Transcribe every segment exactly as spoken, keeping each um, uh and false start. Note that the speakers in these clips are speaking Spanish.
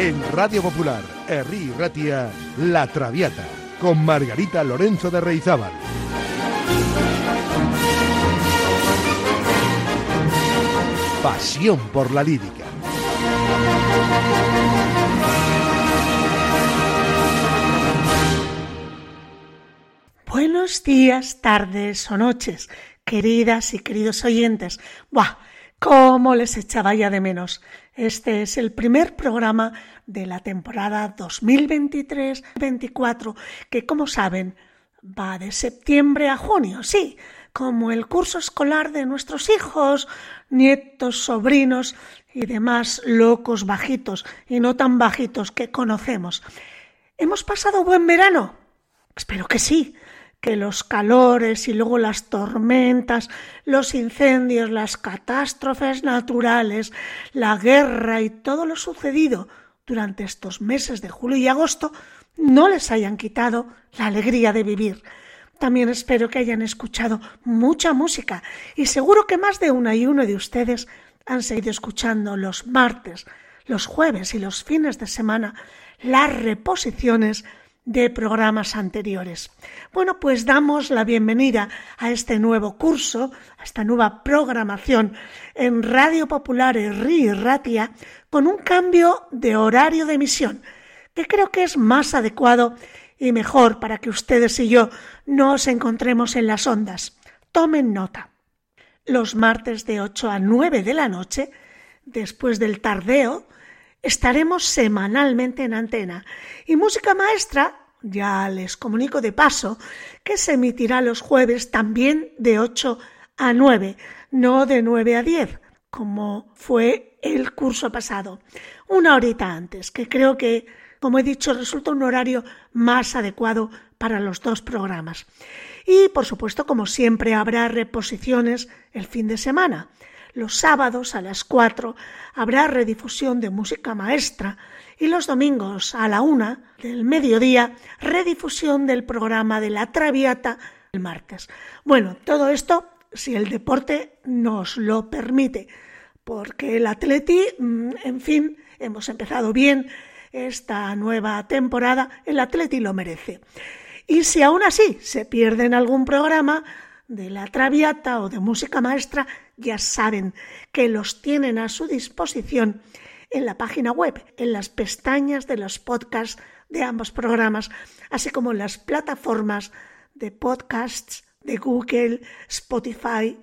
En Radio Popular, Herri Ratia, La Traviata, con Margarita Lorenzo de Reizábal. Pasión por la lírica. Buenos días, tardes o noches, queridas y queridos oyentes. ¡Buah! ¿Cómo les echaba ya de menos? Este es el primer programa de la temporada dos mil veintitrés veinticuatro, que, como saben, va de septiembre a junio, sí, como el curso escolar de nuestros hijos, nietos, sobrinos y demás locos bajitos y no tan bajitos que conocemos. ¿Hemos pasado buen verano? Espero que sí. Que los calores y luego las tormentas, los incendios, las catástrofes naturales, la guerra y todo lo sucedido durante estos meses de julio y agosto no les hayan quitado la alegría de vivir. También espero que hayan escuchado mucha música y seguro que más de una y uno de ustedes han seguido escuchando los martes, los jueves y los fines de semana las reposiciones de programas anteriores. Bueno, pues damos la bienvenida a este nuevo curso, a esta nueva programación en Radio Popular Herri Ratia, con un cambio de horario de emisión, que creo que es más adecuado y mejor para que ustedes y yo nos encontremos en las ondas. Tomen nota. Los martes de ocho a nueve de la noche, después del tardeo, estaremos semanalmente en antena. Y Música Maestra, ya les comunico de paso, que se emitirá los jueves también de ocho a nueve, no de nueve a diez, como fue el curso pasado. Una horita antes, que creo que, como he dicho, resulta un horario más adecuado para los dos programas. Y, por supuesto, como siempre, habrá reposiciones el fin de semana. Los sábados a las cuatro habrá redifusión de Música Maestra y los domingos a la una del mediodía redifusión del programa de La Traviata el martes. Bueno, todo esto si el deporte nos lo permite, porque el Atleti, en fin, hemos empezado bien esta nueva temporada, el Atleti lo merece. Y si aún así se pierden algún programa de La Traviata o de Música Maestra, ya saben que los tienen a su disposición en la página web, en las pestañas de los podcasts de ambos programas, así como en las plataformas de podcasts de Google, Spotify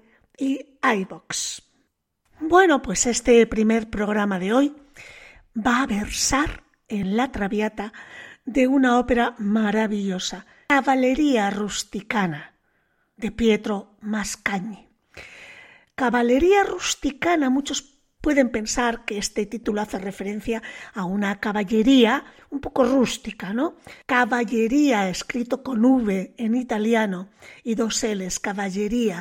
y iVoox. Bueno, pues este primer programa de hoy va a versar en La Traviata de una ópera maravillosa, Cavalleria Rusticana, de Pietro Mascagni. Caballería rusticana, muchos pueden pensar que este título hace referencia a una caballería un poco rústica, ¿no? Caballería, escrito con V en italiano y dos L's, caballería.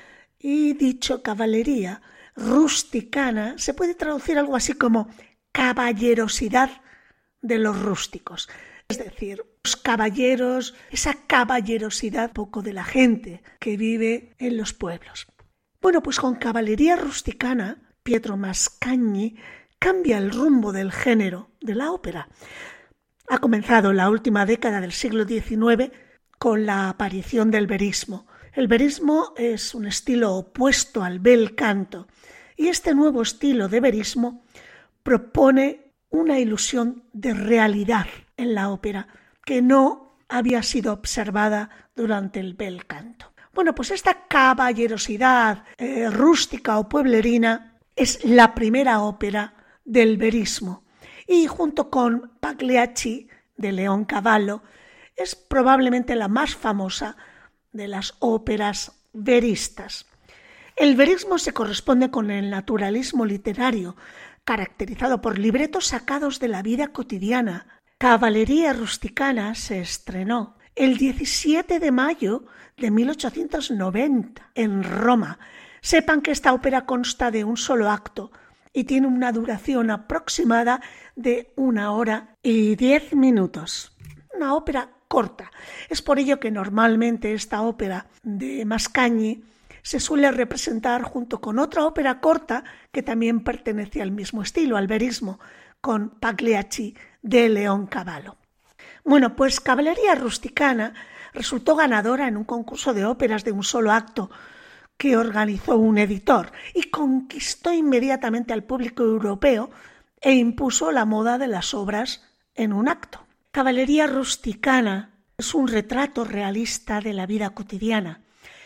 Y dicho caballería rusticana se puede traducir algo así como caballerosidad de los rústicos. Es decir, los caballeros, esa caballerosidad poco de la gente que vive en los pueblos. Bueno, pues con Cavalleria Rusticana, Pietro Mascagni cambia el rumbo del género de la ópera. Ha comenzado la última década del siglo diecinueve con la aparición del verismo. El verismo es un estilo opuesto al bel canto y este nuevo estilo de verismo propone una ilusión de realidad en la ópera que no había sido observada durante el bel canto. Bueno, pues esta caballerosidad eh, rústica o pueblerina es la primera ópera del verismo y junto con Pagliacci de Leoncavallo es probablemente la más famosa de las óperas veristas. El verismo se corresponde con el naturalismo literario, caracterizado por libretos sacados de la vida cotidiana. Cavalleria Rusticana se estrenó el diecisiete de mayo de mil ochocientos noventa en Roma. Sepan que esta ópera consta de un solo acto y tiene una duración aproximada de una hora y diez minutos. Una ópera corta. Es por ello que normalmente esta ópera de Mascagni se suele representar junto con otra ópera corta que también pertenece al mismo estilo, al verismo, con Pagliacci de Leoncavallo. Bueno, pues Cavalleria Rusticana resultó ganadora en un concurso de óperas de un solo acto que organizó un editor y conquistó inmediatamente al público europeo e impuso la moda de las obras en un acto. Cavalleria Rusticana es un retrato realista de la vida cotidiana.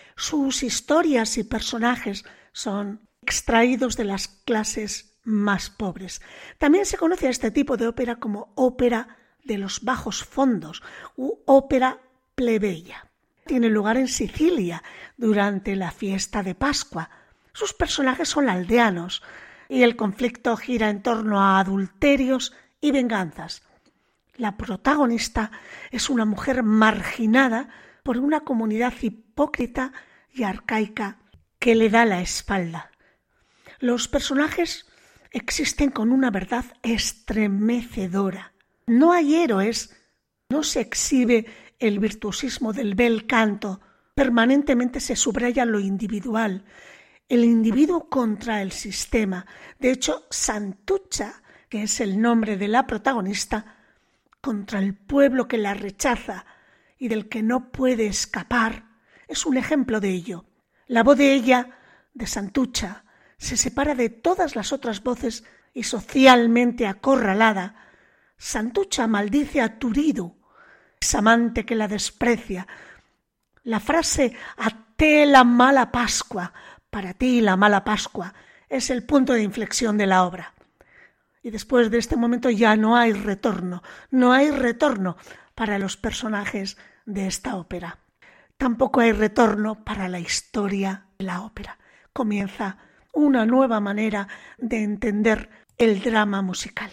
Sus historias y personajes son extraídos de las clases más pobres. También se conoce a este tipo de ópera como ópera de los bajos fondos u ópera plebeya. Tiene lugar en Sicilia durante la fiesta de Pascua. Sus personajes son aldeanos y el conflicto gira en torno a adulterios y venganzas. La protagonista es una mujer marginada por una comunidad hipócrita y arcaica que le da la espalda. Los personajes existen con una verdad estremecedora. No hay héroes, no se exhibe el virtuosismo del bel canto, permanentemente se subraya lo individual, el individuo contra el sistema. De hecho, Santuccia, que es el nombre de la protagonista, contra el pueblo que la rechaza y del que no puede escapar, es un ejemplo de ello. La voz de ella, de Santuccia, se separa de todas las otras voces y socialmente acorralada, Santuccia maldice a Turidu, ese amante que la desprecia. La frase «a te la mala Pascua», para ti la mala Pascua, es el punto de inflexión de la obra. Y después de este momento ya no hay retorno, no hay retorno para los personajes de esta ópera. Tampoco hay retorno para la historia de la ópera. Comienza una nueva manera de entender el drama musical.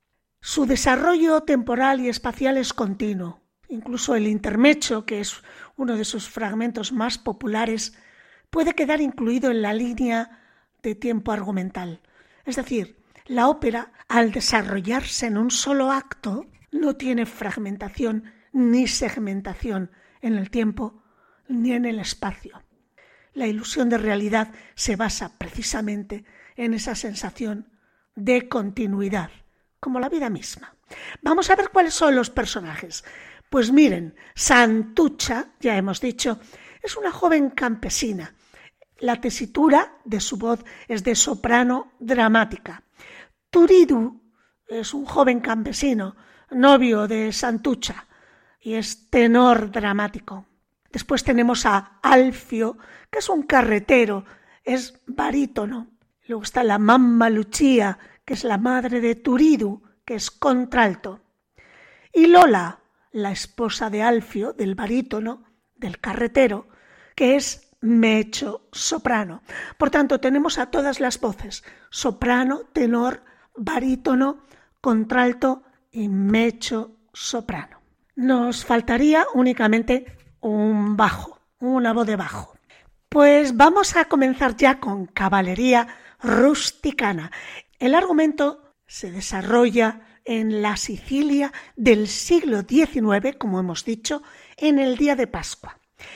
Su desarrollo temporal y espacial es continuo. Incluso el intermezzo, que es uno de sus fragmentos más populares, puede quedar incluido en la línea de tiempo argumental. Es decir, la ópera, al desarrollarse en un solo acto, no tiene fragmentación ni segmentación en el tiempo ni en el espacio. La ilusión de realidad se basa precisamente en esa sensación de continuidad, como la vida misma. Vamos a ver cuáles son los personajes. Pues miren, Santuccia, ya hemos dicho, es una joven campesina. La tesitura de su voz es de soprano dramática. Turidu es un joven campesino, novio de Santuccia, y es tenor dramático. Después tenemos a Alfio, que es un carretero, es barítono. Luego está la mamma Lucia, que es la madre de Turidu, que es contralto. Y Lola, la esposa de Alfio, del barítono, del carretero, que es mezzo soprano. Por tanto, tenemos a todas las voces: soprano, tenor, barítono, contralto y mezzo soprano. Nos faltaría únicamente un bajo, una voz de bajo. Pues vamos a comenzar ya con Cavalleria Rusticana. El argumento se desarrolla en la Sicilia del siglo diecinueve, como hemos dicho, en el día de Pascua.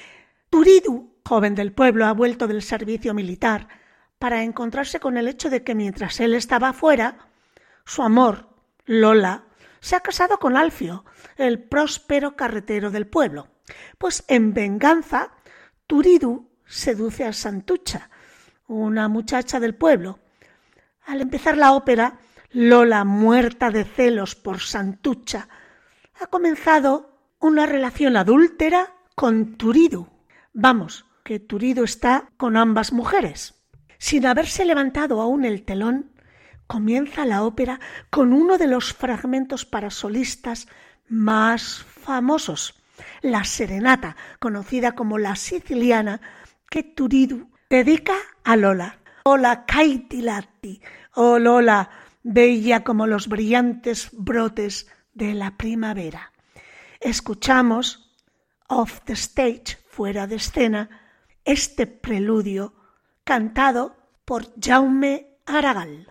Turidu, joven del pueblo, ha vuelto del servicio militar para encontrarse con el hecho de que mientras él estaba fuera, su amor, Lola, se ha casado con Alfio, el próspero carretero del pueblo. Pues en venganza, Turidu seduce a Santuccia, una muchacha del pueblo. Al empezar la ópera, Lola, muerta de celos por Santuccia, ha comenzado una relación adúltera con Turidu. Vamos, que Turidu está con ambas mujeres. Sin haberse levantado aún el telón, comienza la ópera con uno de los fragmentos para solistas más famosos, la serenata, conocida como la siciliana, que Turidu dedica a Lola. Lola Caitilati, oh Lola, bella como los brillantes brotes de la primavera. Escuchamos Off the Stage, fuera de escena, este preludio cantado por Jaume Aragal.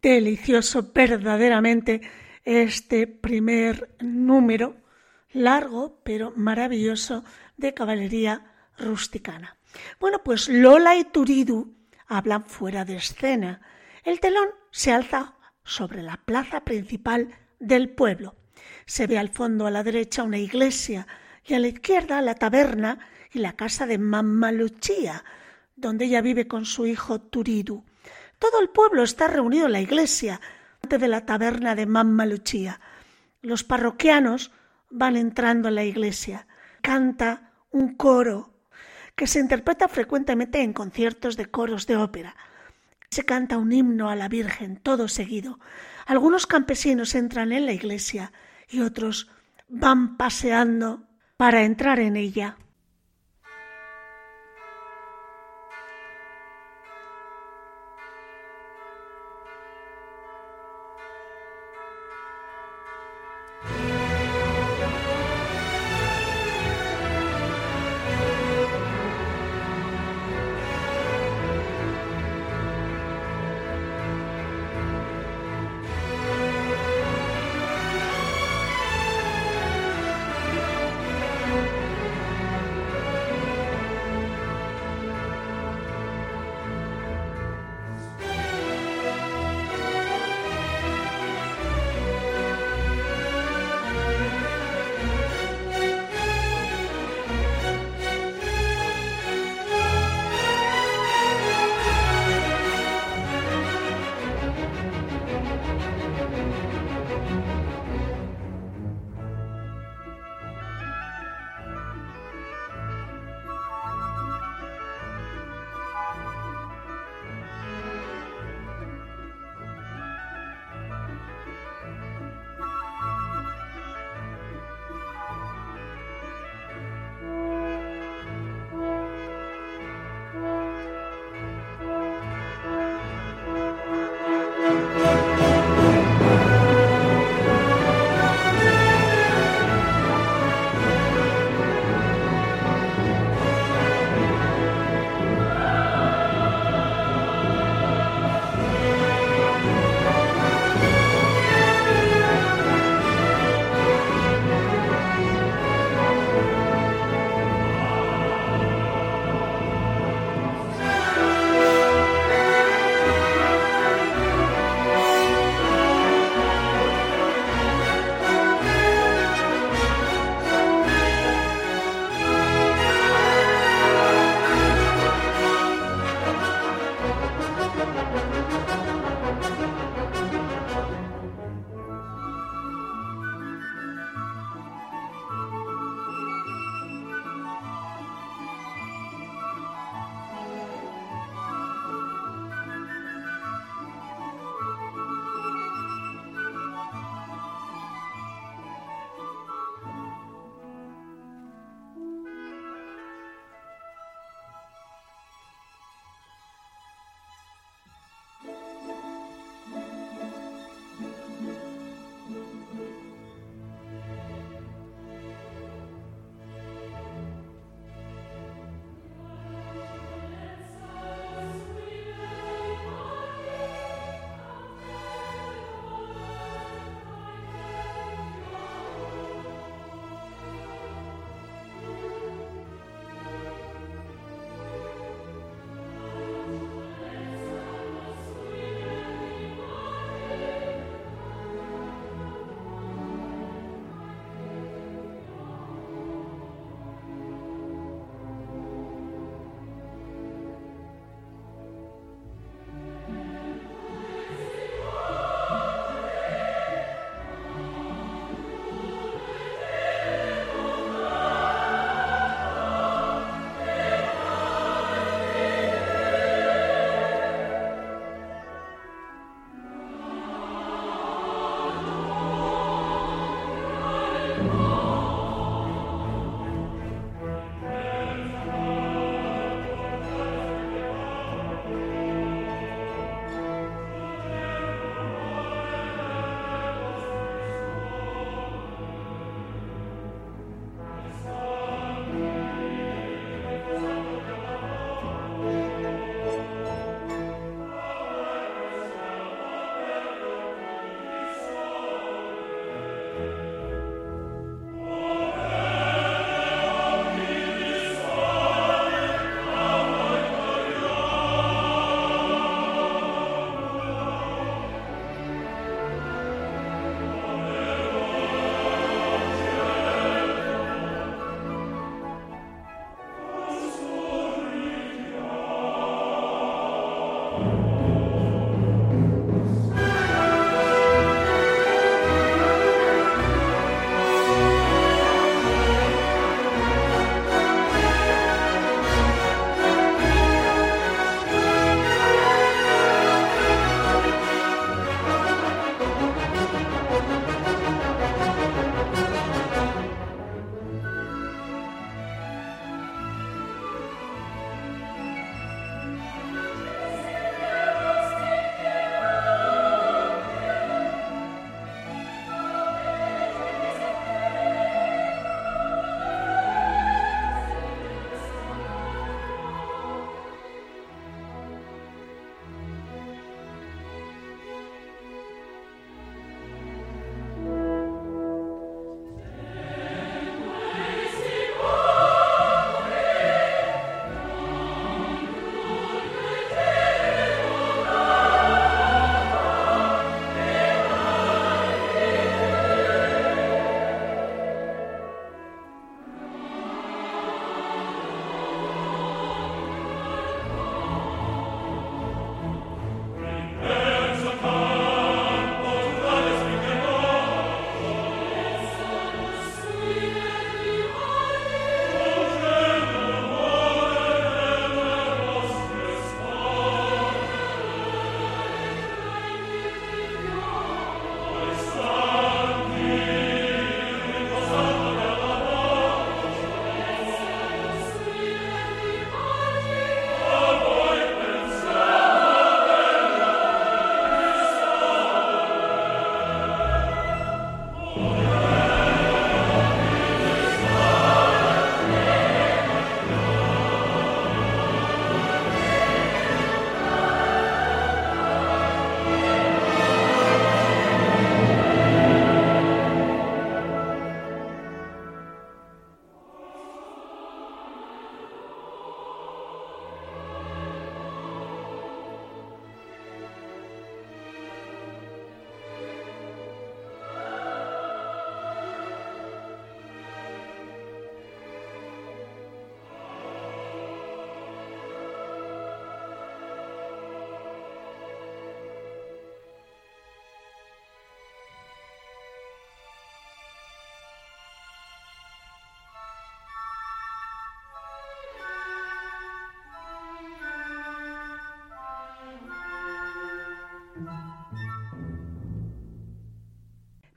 delicioso verdaderamente este primer número, largo pero maravilloso, de caballería rusticana. Bueno, pues Lola y Turiddu hablan fuera de escena. El telón se alza sobre la plaza principal del pueblo. Se ve al fondo a la derecha una iglesia y a la izquierda la taberna y la casa de Mamma Lucia, donde ella vive con su hijo Turiddu. Todo el pueblo está reunido en la iglesia, antes de la taberna de Mamma Lucia. Los parroquianos van entrando en la iglesia. Canta un coro que se interpreta frecuentemente en conciertos de coros de ópera. Se canta un himno a la Virgen, todo seguido. Algunos campesinos entran en la iglesia y otros van paseando para entrar en ella.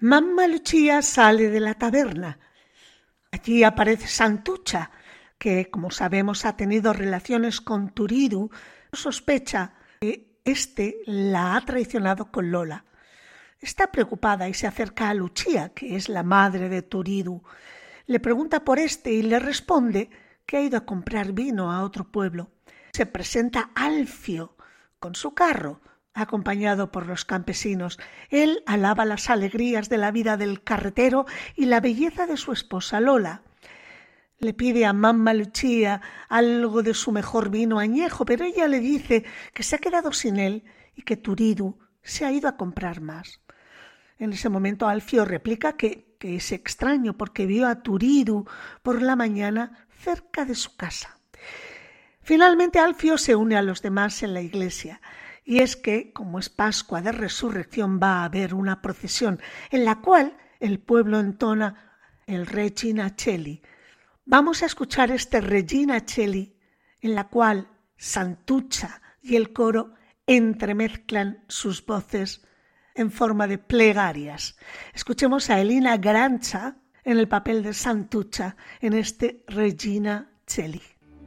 Mamma Lucia sale de la taberna. Allí aparece Santucha, que, como sabemos, ha tenido relaciones con Turiddu. Sospecha que éste la ha traicionado con Lola. Está preocupada y se acerca a Lucia, que es la madre de Turiddu. Le pregunta por este y le responde que ha ido a comprar vino a otro pueblo. Se presenta Alfio con su carro, acompañado por los campesinos. Él alaba las alegrías de la vida del carretero y la belleza de su esposa Lola. Le pide a Mamma Lucia algo de su mejor vino añejo, pero ella le dice que se ha quedado sin él y que Turiddu se ha ido a comprar más. En ese momento Alfio replica que, que es extraño porque vio a Turiddu por la mañana cerca de su casa. Finalmente Alfio se une a los demás en la iglesia, y es que, como es Pascua de Resurrección, va a haber una procesión en la cual el pueblo entona el Regina Coeli. Vamos a escuchar este Regina Coeli, en la cual Santucha y el coro entremezclan sus voces en forma de plegarias. Escuchemos a Elina Garanza en el papel de Santucha en este Regina Coeli.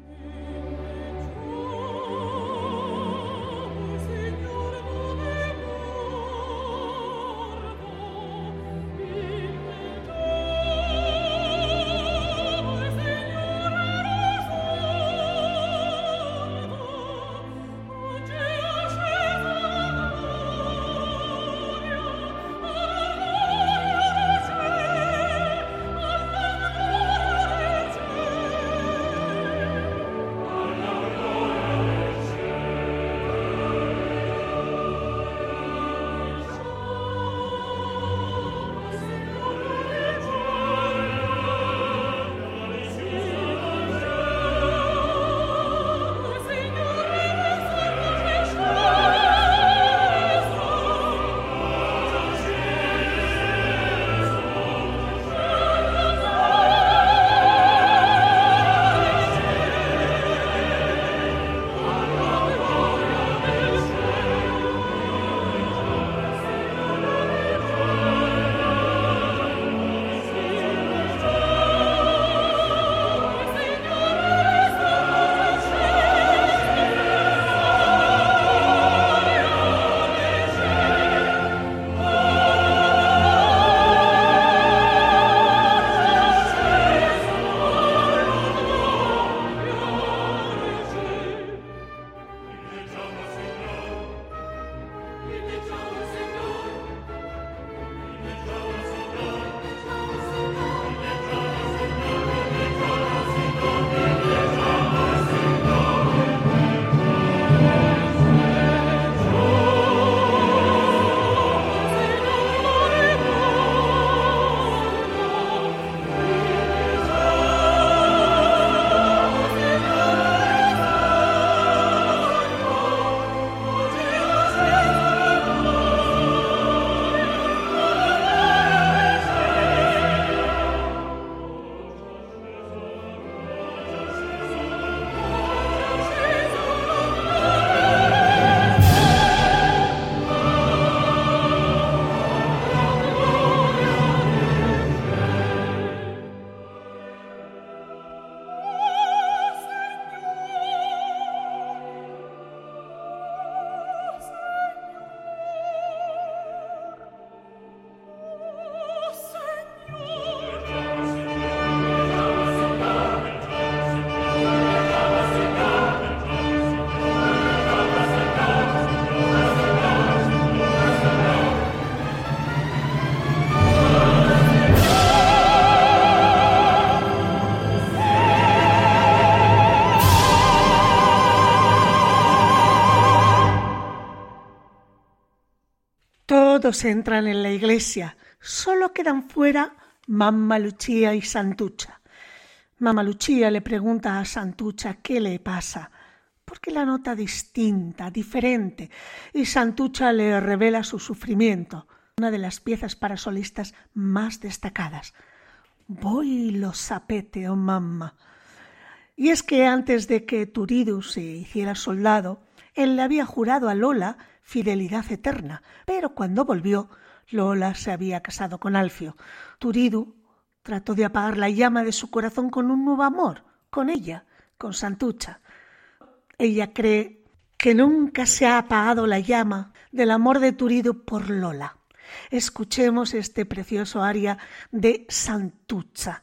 Todos entran en la iglesia, solo quedan fuera Mamma Lucia y Santucha. Mamma Lucia le pregunta a Santucha qué le pasa, porque la nota distinta, diferente, y Santucha le revela su sufrimiento, una de las piezas para solistas más destacadas. Voi lo sapete, oh mamma. Y es que antes de que Turiddu se hiciera soldado, él le había jurado a Lola fidelidad eterna, pero cuando volvió, Lola se había casado con Alfio. Turiddu trató de apagar la llama de su corazón con un nuevo amor, con ella, con Santucha. Ella cree que nunca se ha apagado la llama del amor de Turiddu por Lola. Escuchemos este precioso aria de Santucha.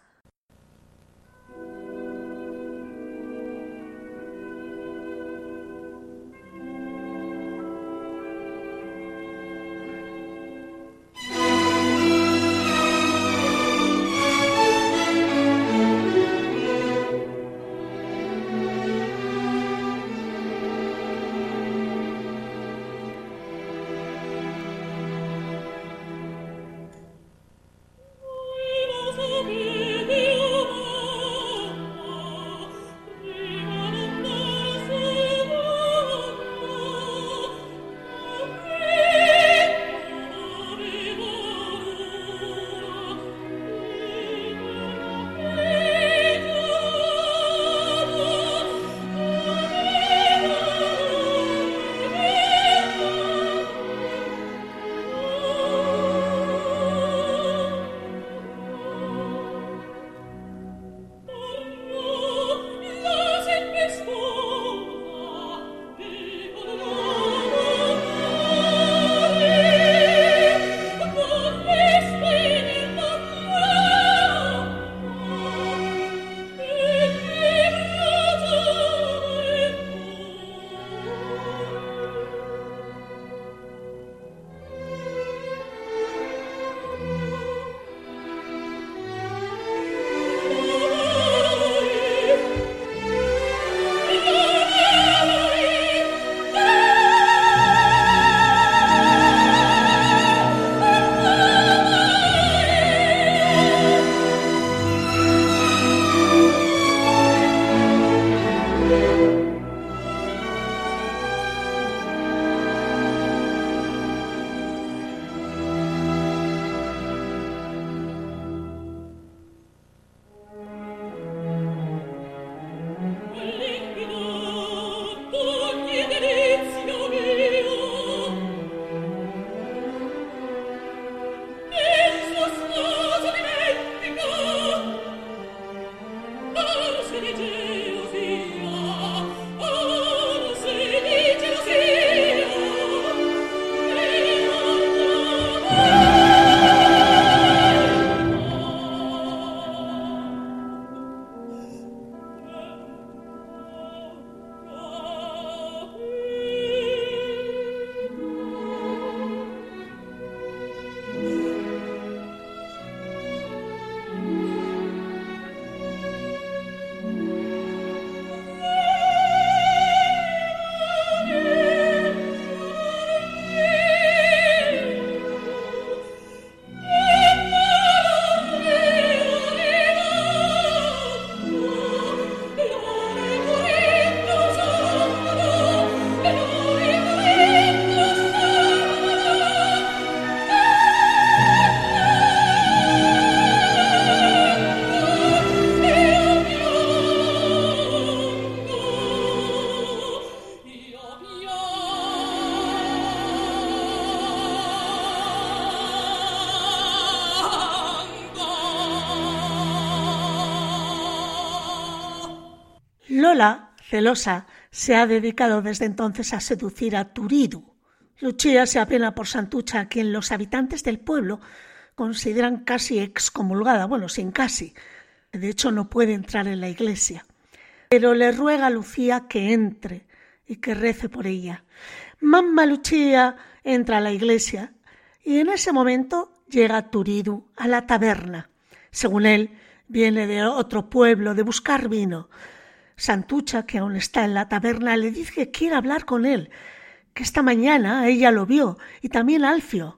Lola, celosa, se ha dedicado desde entonces a seducir a Turiddu. Lucia se apena por Santucha, a quien los habitantes del pueblo consideran casi excomulgada, bueno, sin casi. De hecho, no puede entrar en la iglesia. Pero le ruega a Lucía que entre y que rece por ella. Mamma Lucia entra a la iglesia y en ese momento llega Turiddu a la taberna. Según él, viene de otro pueblo de buscar vino. Santucha, que aún está en la taberna, le dice que quiere hablar con él, que esta mañana ella lo vio y también Alfio.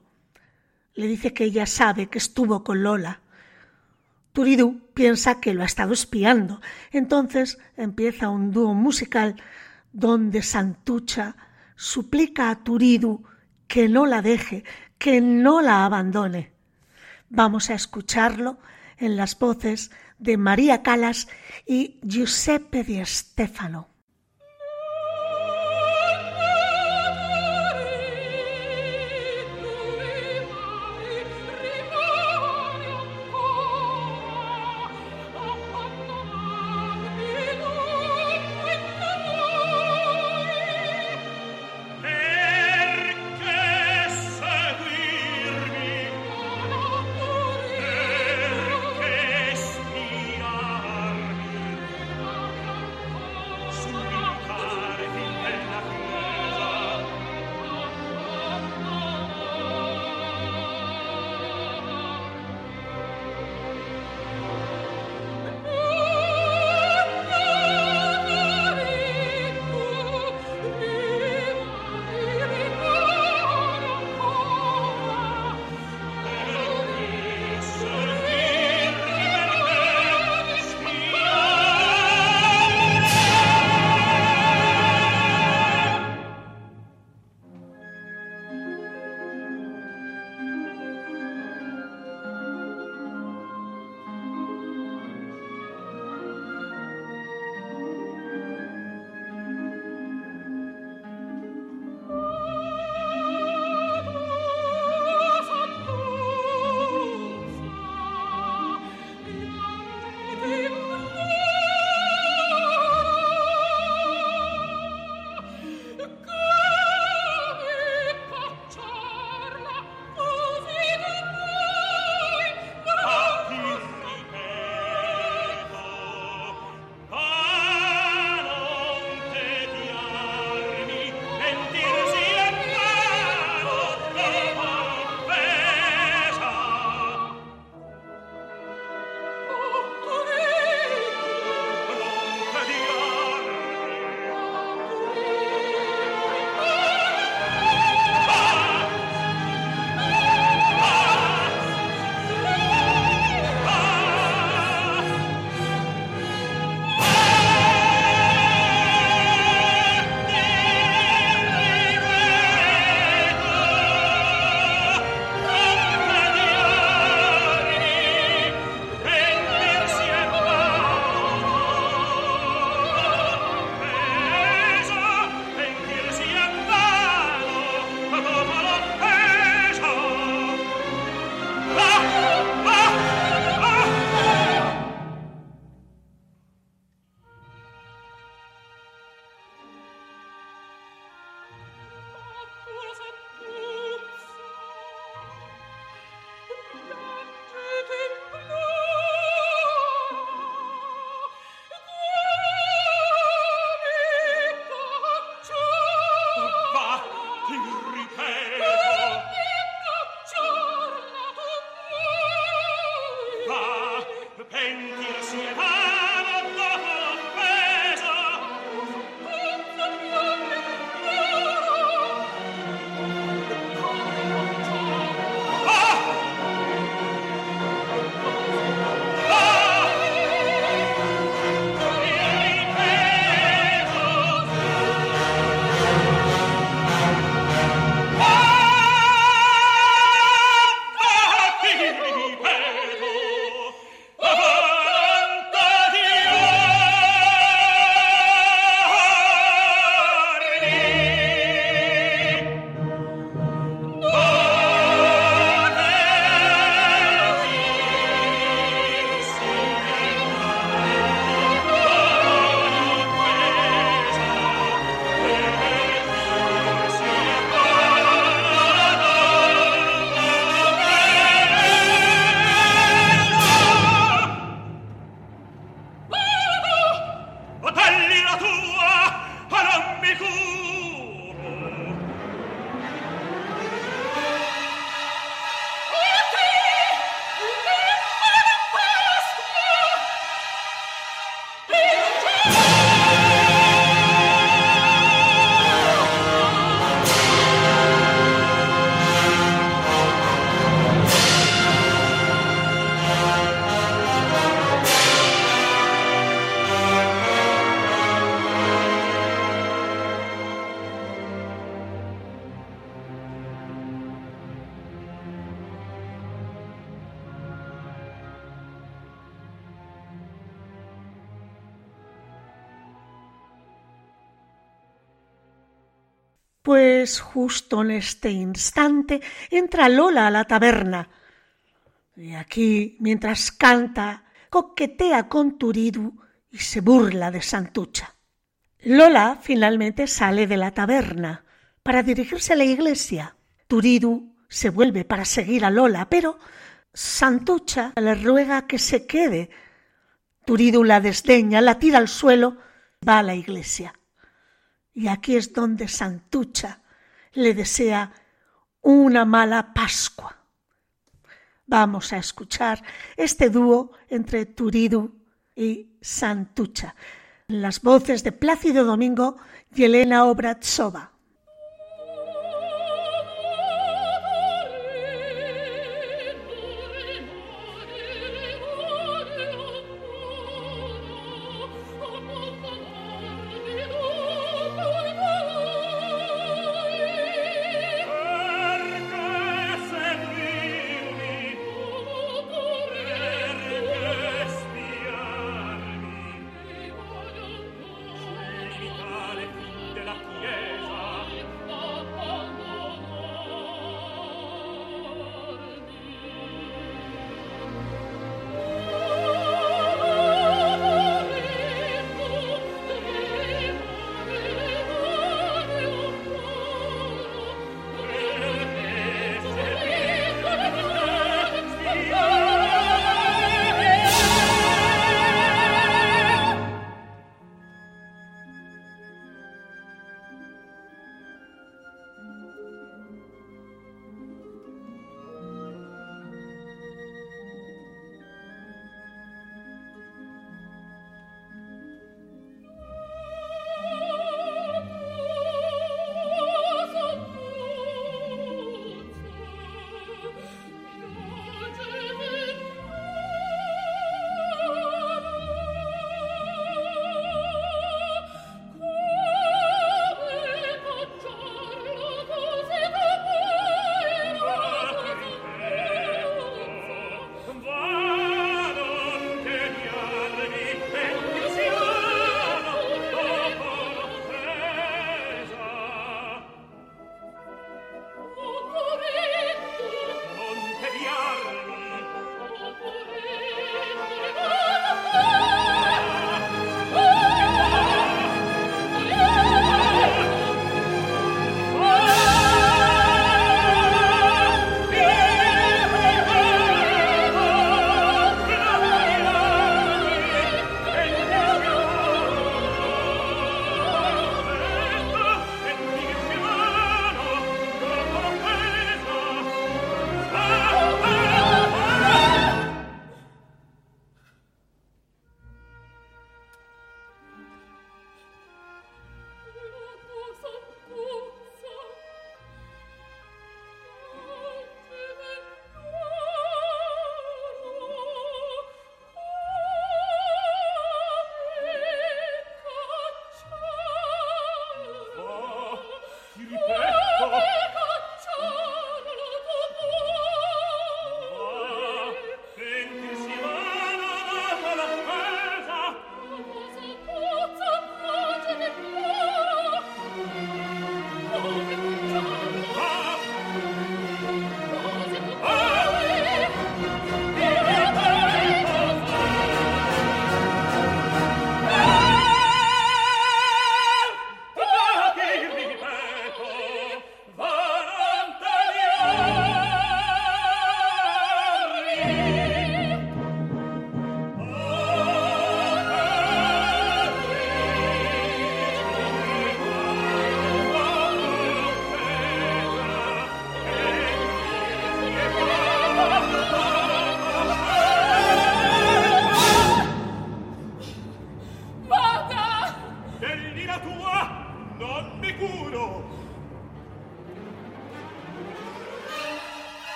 Le dice que ella sabe que estuvo con Lola. Turiddu piensa que lo ha estado espiando. Entonces empieza un dúo musical donde Santucha suplica a Turiddu que no la deje, que no la abandone. Vamos a escucharlo en las voces de María Callas y Giuseppe Di Stefano. Pues justo en este instante entra Lola a la taberna. Y aquí, mientras canta, coquetea con Turiddu y se burla de Santucha. Lola finalmente sale de la taberna para dirigirse a la iglesia. Turiddu se vuelve para seguir a Lola, pero Santucha le ruega que se quede. Turiddu la desdeña, la tira al suelo, va a la iglesia. Y aquí es donde Santucha le desea una mala Pascua. Vamos a escuchar este dúo entre Turiddu y Santucha, las voces de Plácido Domingo y Elena Obraztsova.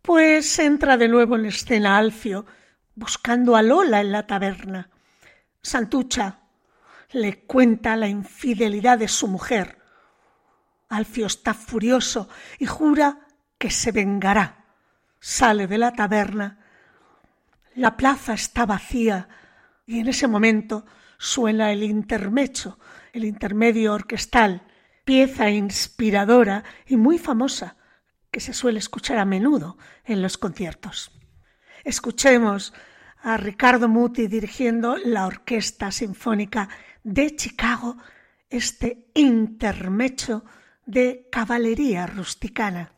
Pues entra de nuevo en escena Alfio, buscando a Lola en la taberna. Santucha le cuenta la infidelidad de su mujer. Alfio está furioso y jura que se vengará. Sale de la taberna. La plaza está vacía y en ese momento suena el intermecho, el intermedio orquestal, pieza inspiradora y muy famosa que se suele escuchar a menudo en los conciertos. Escuchemos a Riccardo Muti dirigiendo la Orquesta Sinfónica de Chicago, este intermecho de caballería rusticana.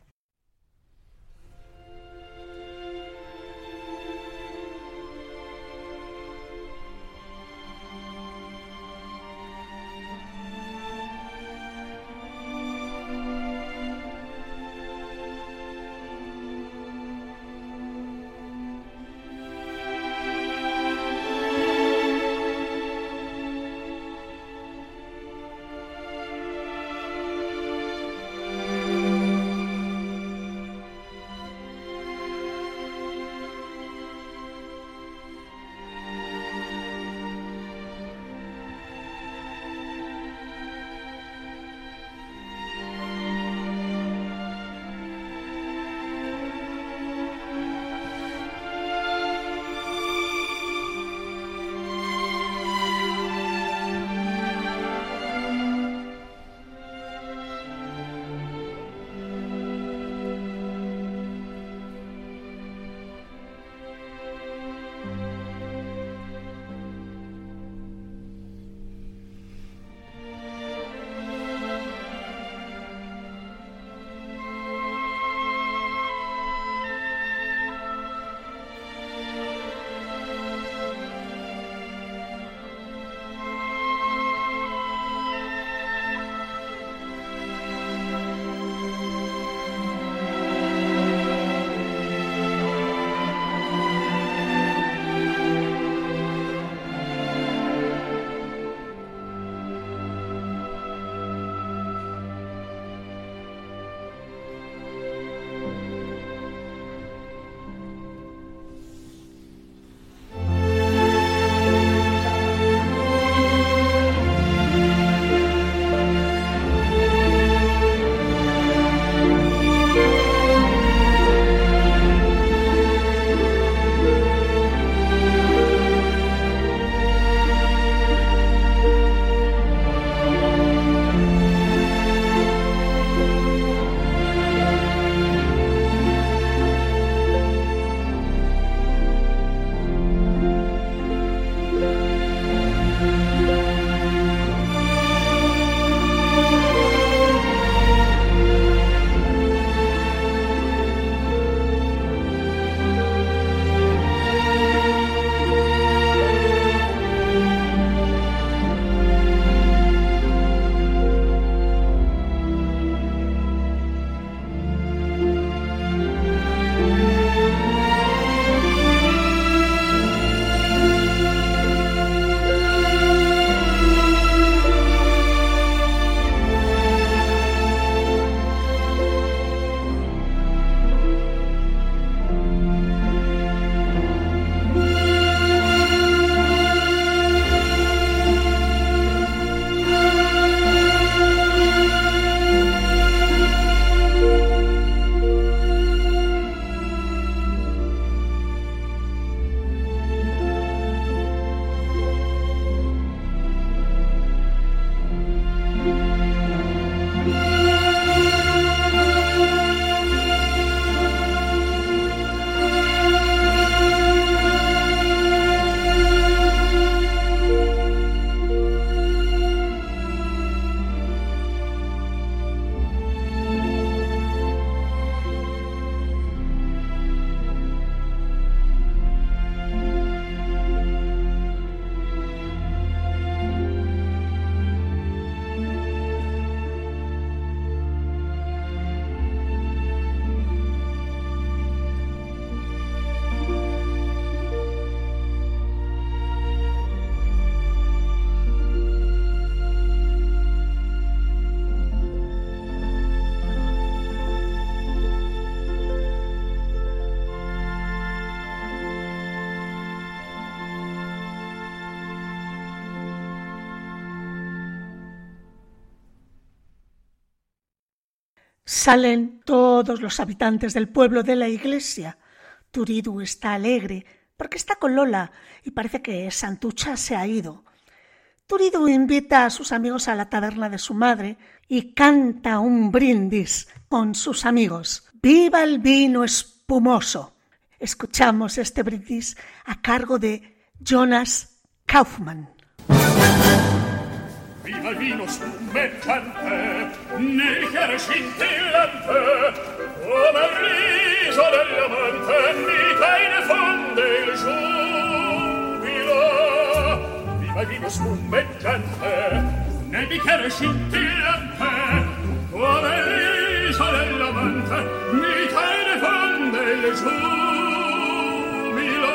Salen todos los habitantes del pueblo de la iglesia. Turiddu está alegre porque está con Lola y parece que Santucha se ha ido. Turiddu invita a sus amigos a la taberna de su madre y canta un brindis con sus amigos. ¡Viva el vino espumoso! Escuchamos este brindis a cargo de Jonas Kaufmann. Viva il vino spumeggiante, nel bicchiere scintillante, come il riso dell'amante, mita in fonde il giubilo. Viva il vino spumeggiante, nel bicchiere scintillante, come il riso dell'amante, mita in fonde il giubilo.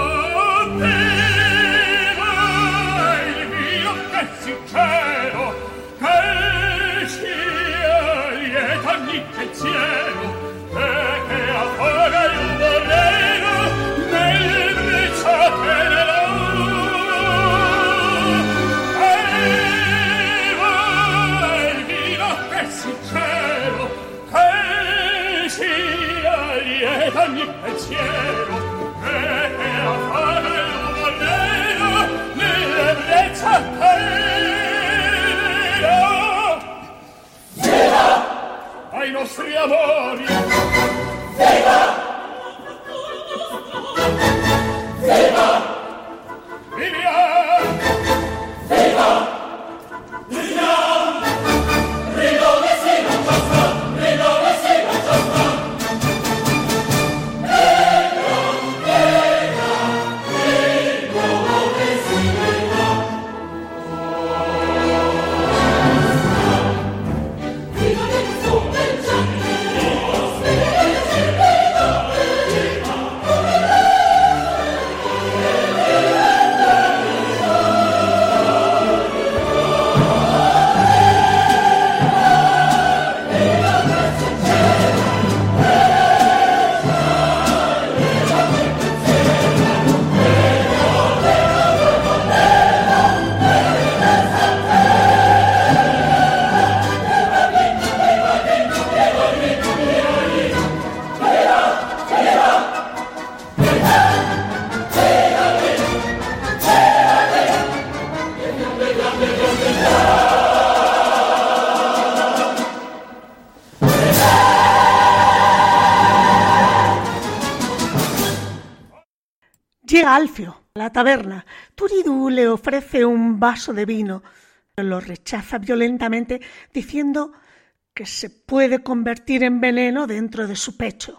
Cielo, che sia lieta ogni pensiero, e che affoga il vorrego nelle briciate nell'oro. E vai il vino che sincero, che sia lieta ogni pensiero, e che affoga il vorrego nelle briciate. Ai nostri amori, viva! Viva! Viviamo! Viva! Viviamo! Ridove si non costa, ridove si non costa. Viva! Viva! Ridove si viva. Llega Alfio a la taberna. Turiddu le ofrece un vaso de vino, pero lo rechaza violentamente diciendo que se puede convertir en veneno dentro de su pecho.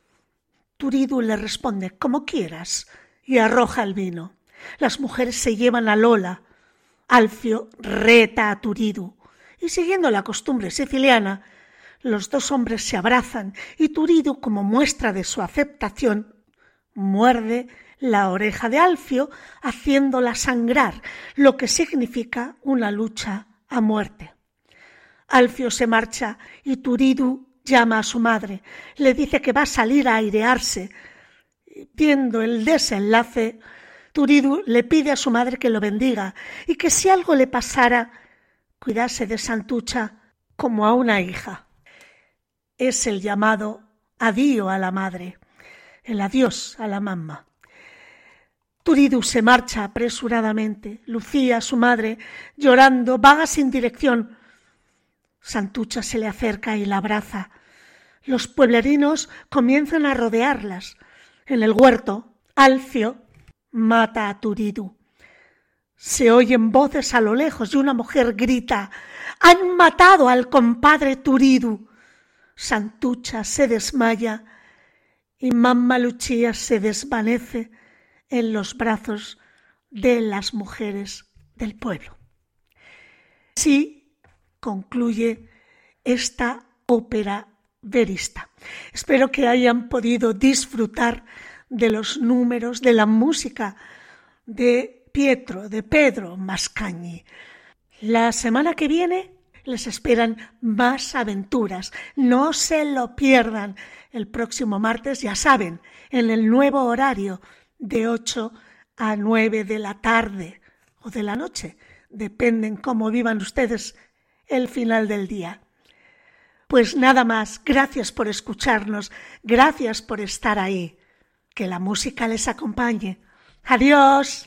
Turiddu le responde, como quieras, y arroja el vino. Las mujeres se llevan a Lola. Alfio reta a Turiddu y, siguiendo la costumbre siciliana, los dos hombres se abrazan y Turiddu, como muestra de su aceptación, muerde la oreja de Alfio haciéndola sangrar, lo que significa una lucha a muerte. Alfio se marcha y Turiddu llama a su madre, le dice que va a salir a airearse. Viendo el desenlace, Turiddu le pide a su madre que lo bendiga y que si algo le pasara, cuidase de Santucha como a una hija. Es el llamado adiós a la madre, el adiós a la mamá. Turiddu se marcha apresuradamente. Lucía, su madre, llorando, vaga sin dirección. Santucha se le acerca y la abraza. Los pueblerinos comienzan a rodearlas. En el huerto, Alfio mata a Turiddu. Se oyen voces a lo lejos y una mujer grita: ¡Han matado al compadre Turiddu! Santucha se desmaya y Mamma Lucia se desvanece en los brazos de las mujeres del pueblo. Así concluye esta ópera verista. Espero que hayan podido disfrutar de los números, de la música de Pietro, de Pedro Mascagni. La semana que viene les esperan más aventuras. No se lo pierdan. El próximo martes, ya saben, en el nuevo horario de ocho a nueve de la tarde o de la noche. Dependen cómo vivan ustedes el final del día. Pues nada más, gracias por escucharnos, gracias por estar ahí. Que la música les acompañe. Adiós.